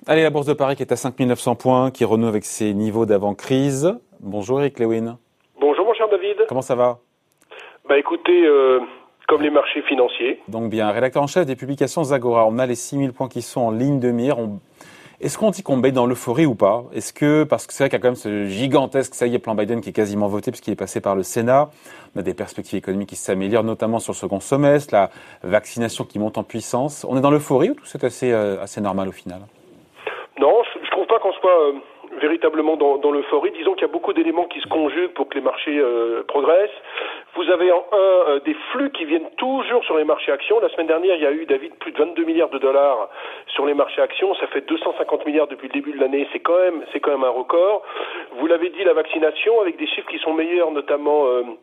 Allez, la Bourse de Paris qui est à 5900 points, qui renoue avec ses niveaux d'avant-crise. Bonjour Eric Lewin. Bonjour mon cher David. Comment ça va? Écoutez, comme les marchés financiers. Donc bien, rédacteur en chef des publications Zagora, on a les 6000 points qui sont en ligne de mire. Est-ce qu'on dit qu'on baigne dans l'euphorie ou pas? Parce que c'est vrai qu'il y a quand même ce gigantesque, ça y est, plan Biden qui est quasiment voté puisqu'il est passé par le Sénat. On a des perspectives économiques qui s'améliorent, notamment sur le second semestre, la vaccination qui monte en puissance. On est dans l'euphorie ou tout c'est assez normal au final? Non, je trouve pas qu'on soit véritablement dans l'euphorie. Disons qu'il y a beaucoup d'éléments qui se conjuguent pour que les marchés progressent. Vous avez des flux qui viennent toujours sur les marchés actions. La semaine dernière, il y a eu, David, plus de 22 milliards de dollars sur les marchés actions. Ça fait 250 milliards depuis le début de l'année. C'est quand même un record. Vous l'avez dit, la vaccination, avec des chiffres qui sont meilleurs, notamment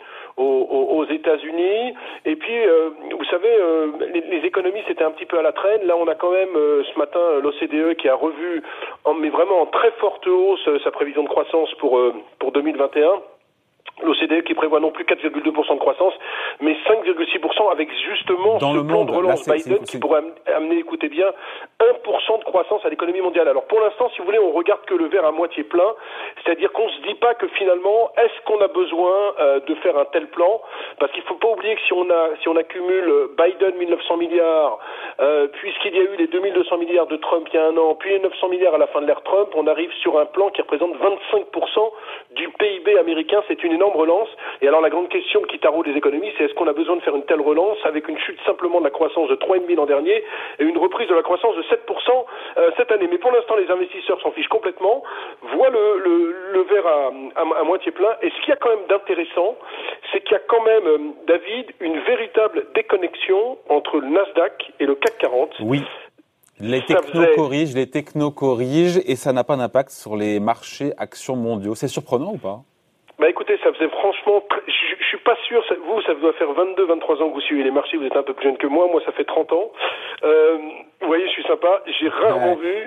aux États-Unis. Et puis, vous savez, les économies, c'était un petit peu à la traîne. Là, on a quand même, ce matin, l'OCDE qui a revu, mais vraiment en très forte hausse, sa prévision de croissance pour 2021. L'OCDE qui prévoit non plus 4,2% de croissance, mais 5,6% avec justement dans ce plan de relance Biden qui pourrait amener, écoutez bien, 1% de croissance à l'économie mondiale. Alors pour l'instant, si vous voulez, on regarde que le verre à moitié plein, c'est-à-dire qu'on se dit pas que finalement, est-ce qu'on a besoin de faire un tel plan? Parce qu'il faut pas oublier que si on accumule Biden 1900 milliards, puisqu'il y a eu les 2200 milliards de Trump il y a un an, puis les 900 milliards à la fin de l'ère Trump, on arrive sur un plan qui représente 25% du PIB américain. C'est une énorme relance. Et alors la grande question qui taraude les économies, c'est est-ce qu'on a besoin de faire une telle relance avec une chute simplement de la croissance de 3,5% l'an dernier et une reprise de la croissance de 7% cette année. Mais pour l'instant, les investisseurs s'en fichent complètement, voient le verre à moitié plein. Et ce qu'il y a quand même d'intéressant, c'est qu'il y a quand même, David, une véritable déconnexion entre le Nasdaq et le CAC 40. Oui. Les technos corrigent et ça n'a pas d'impact sur les marchés actions mondiaux. C'est surprenant ou pas? Écoutez, ça faisait franchement, je suis pas sûr, ça doit faire 22, 23 ans que vous suivez les marchés, vous êtes un peu plus jeune que moi ça fait 30 ans. Vous voyez, je suis sympa, j'ai rarement vu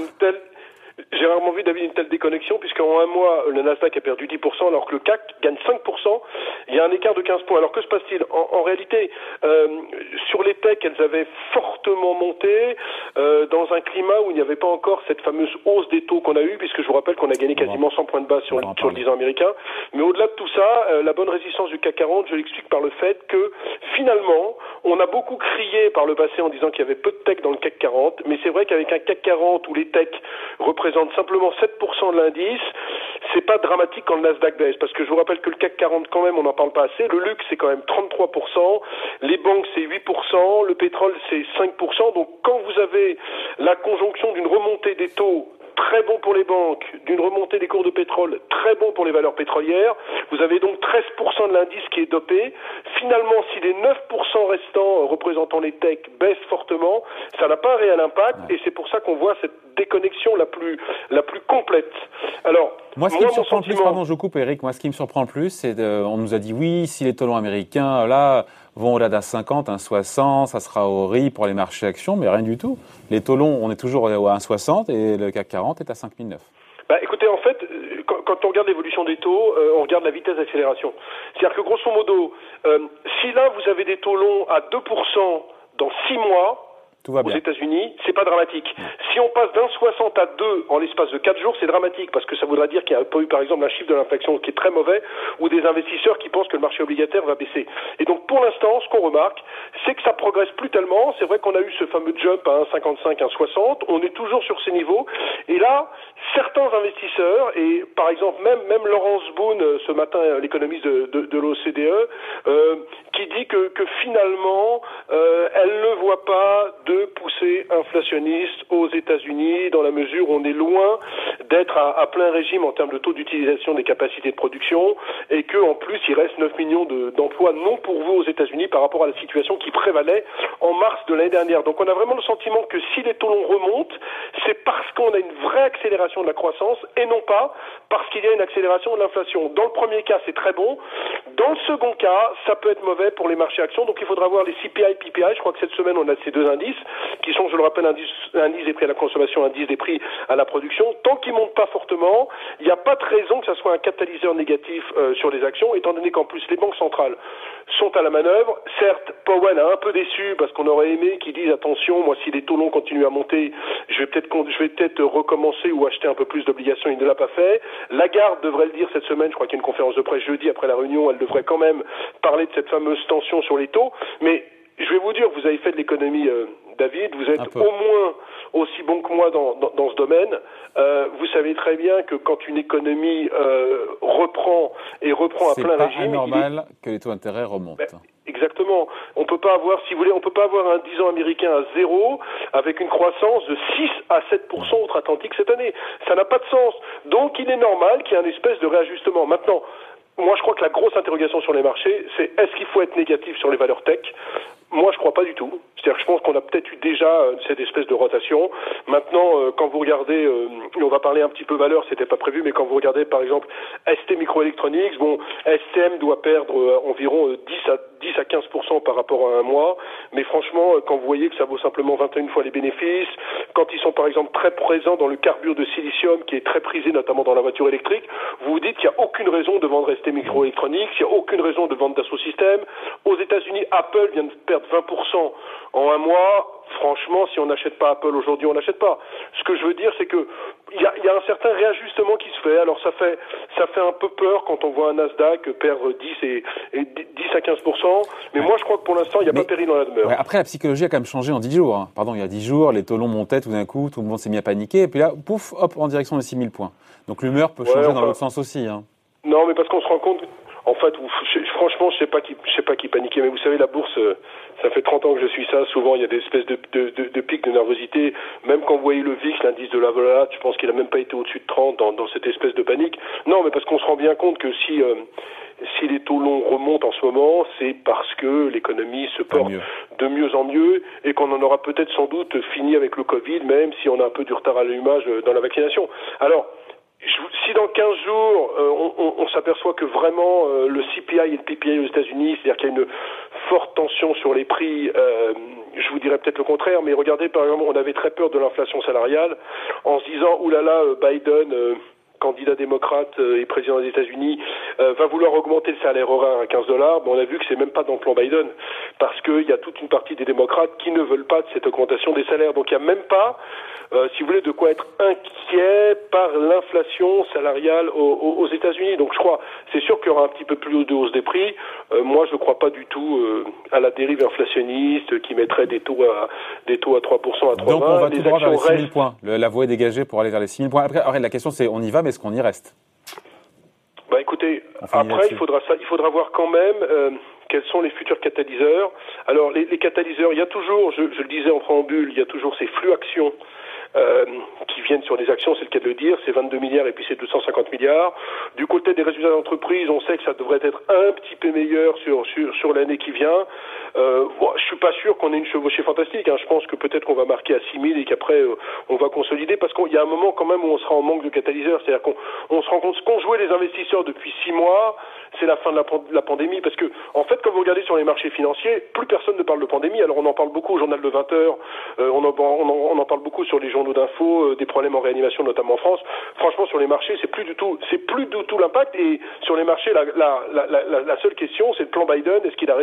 David, une telle déconnexion, puisqu'en un mois, le Nasdaq a perdu 10%, alors que le CAC gagne 5%. Il y a un écart de 15 points. Alors que se passe-t-il? En réalité, sur les techs, elles avaient fortement monté, dans un climat où il n'y avait pas encore cette fameuse hausse des taux qu'on a eue, puisque je vous rappelle qu'on a gagné quasiment 100 points de base sur le 10 ans américain. Mais au-delà de tout ça, la bonne résistance du CAC 40, je l'explique par le fait que, finalement, on a beaucoup crié par le passé en disant qu'il y avait peu de tech dans le CAC 40, mais c'est vrai qu'avec un CAC 40 où les techs représentent simplement 7% de l'indice, c'est pas dramatique quand le Nasdaq baisse, parce que je vous rappelle que le CAC 40 quand même, on n'en parle pas assez, le luxe c'est quand même 33%, les banques c'est 8%, le pétrole c'est 5%, donc quand vous avez la conjonction d'une remontée des taux très bon pour les banques, d'une remontée des cours de pétrole, très bon pour les valeurs pétrolières. Vous avez donc 13% de l'indice qui est dopé. Finalement, si les 9% restants représentant les techs baissent fortement, ça n'a pas un réel impact et c'est pour ça qu'on voit cette déconnexion la plus complète. Alors, moi, ce qui me surprend le plus, pardon, je coupe Eric, moi ce qui me surprend le plus, c'est on nous a dit oui, si les taux longs américains, là, vont au-delà d'un 50, un 60, ça sera horrible pour les marchés actions, mais rien du tout. Les taux longs, on est toujours à 1,60 et le CAC 40 est à 5009. Écoutez, en fait, quand on regarde l'évolution des taux, on regarde la vitesse d'accélération. C'est-à-dire que grosso modo, si là vous avez des taux longs à 2% dans 6 mois, aux États-Unis, c'est pas dramatique. Si on passe d'1,60 à 2 en l'espace de 4 jours, c'est dramatique parce que ça voudra dire qu'il n'y a pas eu, par exemple, un chiffre de l'inflation qui est très mauvais ou des investisseurs qui pensent que le marché obligataire va baisser. Et donc, pour l'instant, ce qu'on remarque, c'est que ça progresse plus tellement. C'est vrai qu'on a eu ce fameux jump à 1,55, 1,60. On est toujours sur ces niveaux. Et là, certains investisseurs, et par exemple, même Laurence Boone, ce matin, l'économiste de l'OCDE, qui dit que finalement, elle ne voit pas de poussée inflationniste aux États-Unis dans la mesure où on est loin d'être à plein régime en termes de taux d'utilisation des capacités de production et qu'en plus il reste 9 millions d'emplois non pourvus aux États-Unis par rapport à la situation qui prévalait en mars de l'année dernière. Donc on a vraiment le sentiment que si les taux longs remontent, c'est parce qu'on a une vraie accélération de la croissance et non pas parce qu'il y a une accélération de l'inflation. Dans le premier cas, c'est très bon. Dans le second cas, ça peut être mauvais pour les marchés actions. Donc il faudra voir les CPI, PPI. Je crois que cette semaine, on a ces deux indices qui sont, je le rappelle, indice des prix à la consommation, indice des prix à la production. Tant qu'ils montent pas fortement, il n'y a pas de raison que ça soit un catalyseur négatif sur les actions, étant donné qu'en plus les banques centrales sont à la manœuvre. Certes, Powell a un peu déçu parce qu'on aurait aimé qu'ils disent attention, moi si les taux longs continuent à monter, je vais peut-être recommencer ou acheter un peu plus d'obligations. Il ne l'a pas fait. Lagarde devrait le dire cette semaine. Je crois qu'il y a une conférence de presse jeudi après la réunion. Elle devrait quand même parler de cette fameuse tension sur les taux. Mais je vais vous dire, vous avez fait de l'économie, David, vous êtes au moins aussi bon que moi dans ce domaine. Vous savez très bien que quand une économie reprend à plein régime... C'est pas anormal que les taux d'intérêt remontent. Exactement. On peut pas avoir, si vous voulez, on peut pas avoir un 10 ans américain à 0 avec une croissance de 6 à 7% outre-Atlantique cette année. Ça n'a pas de sens. Donc il est normal qu'il y ait une espèce de réajustement. Maintenant, moi je crois que la grosse interrogation sur les marchés, c'est est-ce qu'il faut être négatif sur les valeurs tech ? Moi, je crois pas du tout. C'est-à-dire que je pense qu'on a peut-être eu déjà cette espèce de rotation. Maintenant, quand vous regardez, on va parler un petit peu valeur, c'était pas prévu, mais quand vous regardez par exemple ST Microelectronics, bon, STM doit perdre environ 10 à 15% par rapport à un mois. Mais franchement, quand vous voyez que ça vaut simplement 21 fois les bénéfices, quand ils sont par exemple très présents dans le carbure de silicium qui est très prisé notamment dans la voiture électrique, vous vous dites qu'il n'y a aucune raison de vendre ST Microelectronics, il n'y a aucune raison de vendre Dassault Systèmes. Aux États-Unis, Apple vient de perdre 20% en un mois. Franchement, si on n'achète pas Apple aujourd'hui, on n'achète pas. Ce que je veux dire, c'est que il y a un certain réajustement qui se fait. Alors ça fait un peu peur quand on voit un Nasdaq perdre 10 à 15%. Mais moi, je crois que pour l'instant, il n'y a pas péril dans la demeure. Ouais, après, la psychologie a quand même changé en 10 jours. Hein. Pardon, il y a 10 jours, les taux longs montaient tout d'un coup, tout le monde s'est mis à paniquer. Et puis là, pouf, hop, en direction des 6000 points. Donc l'humeur peut changer dans l'autre sens aussi. Hein. Non, mais parce qu'on se rend compte... En fait, franchement, je sais pas qui paniquait, mais vous savez, la bourse, ça fait 30 ans que je suis ça. Souvent, il y a des espèces de pics de nervosité. Même quand vous voyez le VIX, l'indice de la volatile, je pense qu'il a même pas été au-dessus de 30 dans cette espèce de panique. Non, mais parce qu'on se rend bien compte que si les taux longs remontent en ce moment, c'est parce que l'économie se porte de mieux en mieux et qu'on en aura peut-être sans doute fini avec le Covid, même si on a un peu du retard à l'allumage dans la vaccination. Alors, si dans 15 jours, on s'aperçoit que vraiment le CPI et le PPI aux États-Unis, c'est-à-dire qu'il y a une forte tension sur les prix, je vous dirais peut-être le contraire, mais regardez, par exemple, on avait très peur de l'inflation salariale en se disant, oulala, Biden... candidat démocrate et président des États-Unis, va vouloir augmenter le salaire horaire à $15. Bon, on a vu que c'est même pas dans le plan Biden, parce qu'il y a toute une partie des démocrates qui ne veulent pas de cette augmentation des salaires. Donc il n'y a même pas, si vous voulez, de quoi être inquiet par l'inflation salariale aux États-Unis. Donc je crois, c'est sûr qu'il y aura un petit peu plus de hausse des prix. Moi, je ne crois pas du tout à la dérive inflationniste qui mettrait des taux à 3%, à 3,20. Donc on va tout droit vers les 6000 points. La voie est dégagée pour aller vers les 6000 points. Après, la question c'est, on y va, mais est-ce qu'on y reste ? Bah écoutez, après il faudra voir quand même quels sont les futurs catalyseurs. Alors les catalyseurs, il y a toujours, je le disais en préambule, il y a toujours ces flux actions qui viennent sur des actions, c'est le cas de le dire, c'est 22 milliards et puis c'est 250 milliards. Du côté des résultats d'entreprise, on sait que ça devrait être un petit peu meilleur sur l'année qui vient. Je suis pas sûr qu'on ait une chevauchée fantastique. Hein. Je pense que peut-être qu'on va marquer à 6000 et qu'après on va consolider parce qu'il y a un moment quand même où on sera en manque de catalyseurs. C'est-à-dire qu'on se rend compte ce qu'ont joué les investisseurs depuis 6 mois, c'est la fin de la pandémie. Parce que en fait, quand vous regardez sur les marchés financiers, plus personne ne parle de pandémie. Alors on en parle beaucoup au journal de 20 heures, on en parle beaucoup sur les journaux d'infos, des problèmes en réanimation notamment en France. Franchement, sur les marchés, c'est plus du tout l'impact. Et sur les marchés, la seule question, c'est le plan Biden. Est-ce qu'il a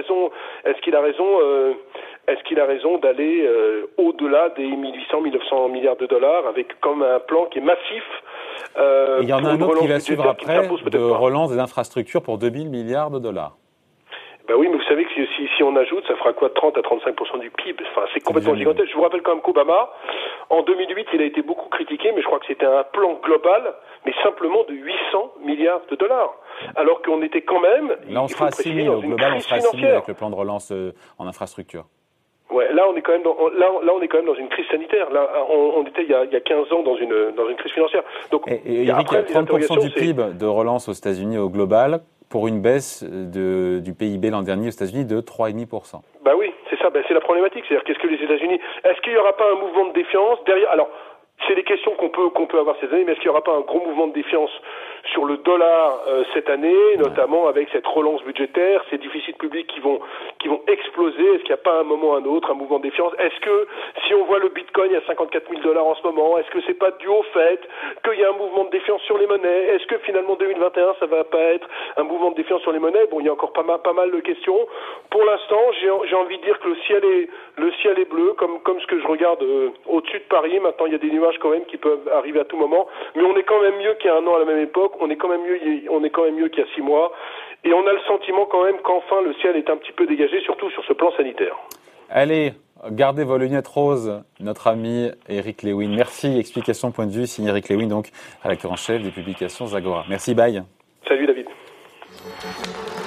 raison d'aller au-delà des 1800-1900 milliards de dollars avec comme un plan qui est massif. Il y en a un autre qui va suivre après de relance des infrastructures pour 2000 milliards de dollars. Ben oui, mais vous savez que si on ajoute, ça fera quoi, 30 à 35% du PIB. Enfin, c'est complètement gigantesque. Je vous rappelle quand même qu'Obama, en 2008, il a été beaucoup critiqué, mais je crois que c'était un plan global, mais simplement de 800 milliards de dollars. Alors qu'on était quand même... Là, on sera à 6 000. Au global, on sera à 6 000 avec le plan de relance en infrastructure. Ouais, là on est quand même dans une crise sanitaire. Là, on était il y a 15 ans dans une crise financière. Donc et Eric, il y a 30% du PIB de relance aux États-Unis au global pour une baisse du PIB l'an dernier aux États-Unis de 3,5%. Bah oui, c'est ça. C'est la problématique. C'est-à-dire qu'est-ce que les États-Unis, est-ce qu'il n'y aura pas un mouvement de défiance derrière? Alors, c'est des questions qu'on peut avoir ces années, mais est-ce qu'il n'y aura pas un gros mouvement de défiance sur le dollar cette année, notamment avec cette relance budgétaire, ces déficits publics qui vont exploser. Est-ce qu'il n'y a pas un moment ou un autre, un mouvement de défiance? Est-ce que si on voit le Bitcoin à 54 000 $ en ce moment, est-ce que c'est pas dû au fait qu'il y a un mouvement de défiance sur les monnaies? Est-ce que finalement 2021 ça va pas être un mouvement de défiance sur les monnaies? Bon, il y a encore pas mal de questions. Pour l'instant, j'ai envie de dire que le ciel est bleu, comme ce que je regarde au-dessus de Paris. Maintenant, il y a des nuages quand même qui peuvent arriver à tout moment, mais on est quand même mieux qu'il y a un an à la même époque. On est quand même mieux qu'il y a 6 mois, et on a le sentiment quand même qu'enfin le ciel est un petit peu dégagé, surtout sur ce plan sanitaire. Allez, gardez vos lunettes roses, notre ami Eric Lewin. Merci. Explication point de vue, signé Eric Lewin, donc rédacteur en chef des publications Zagora. Merci, bye. Salut David.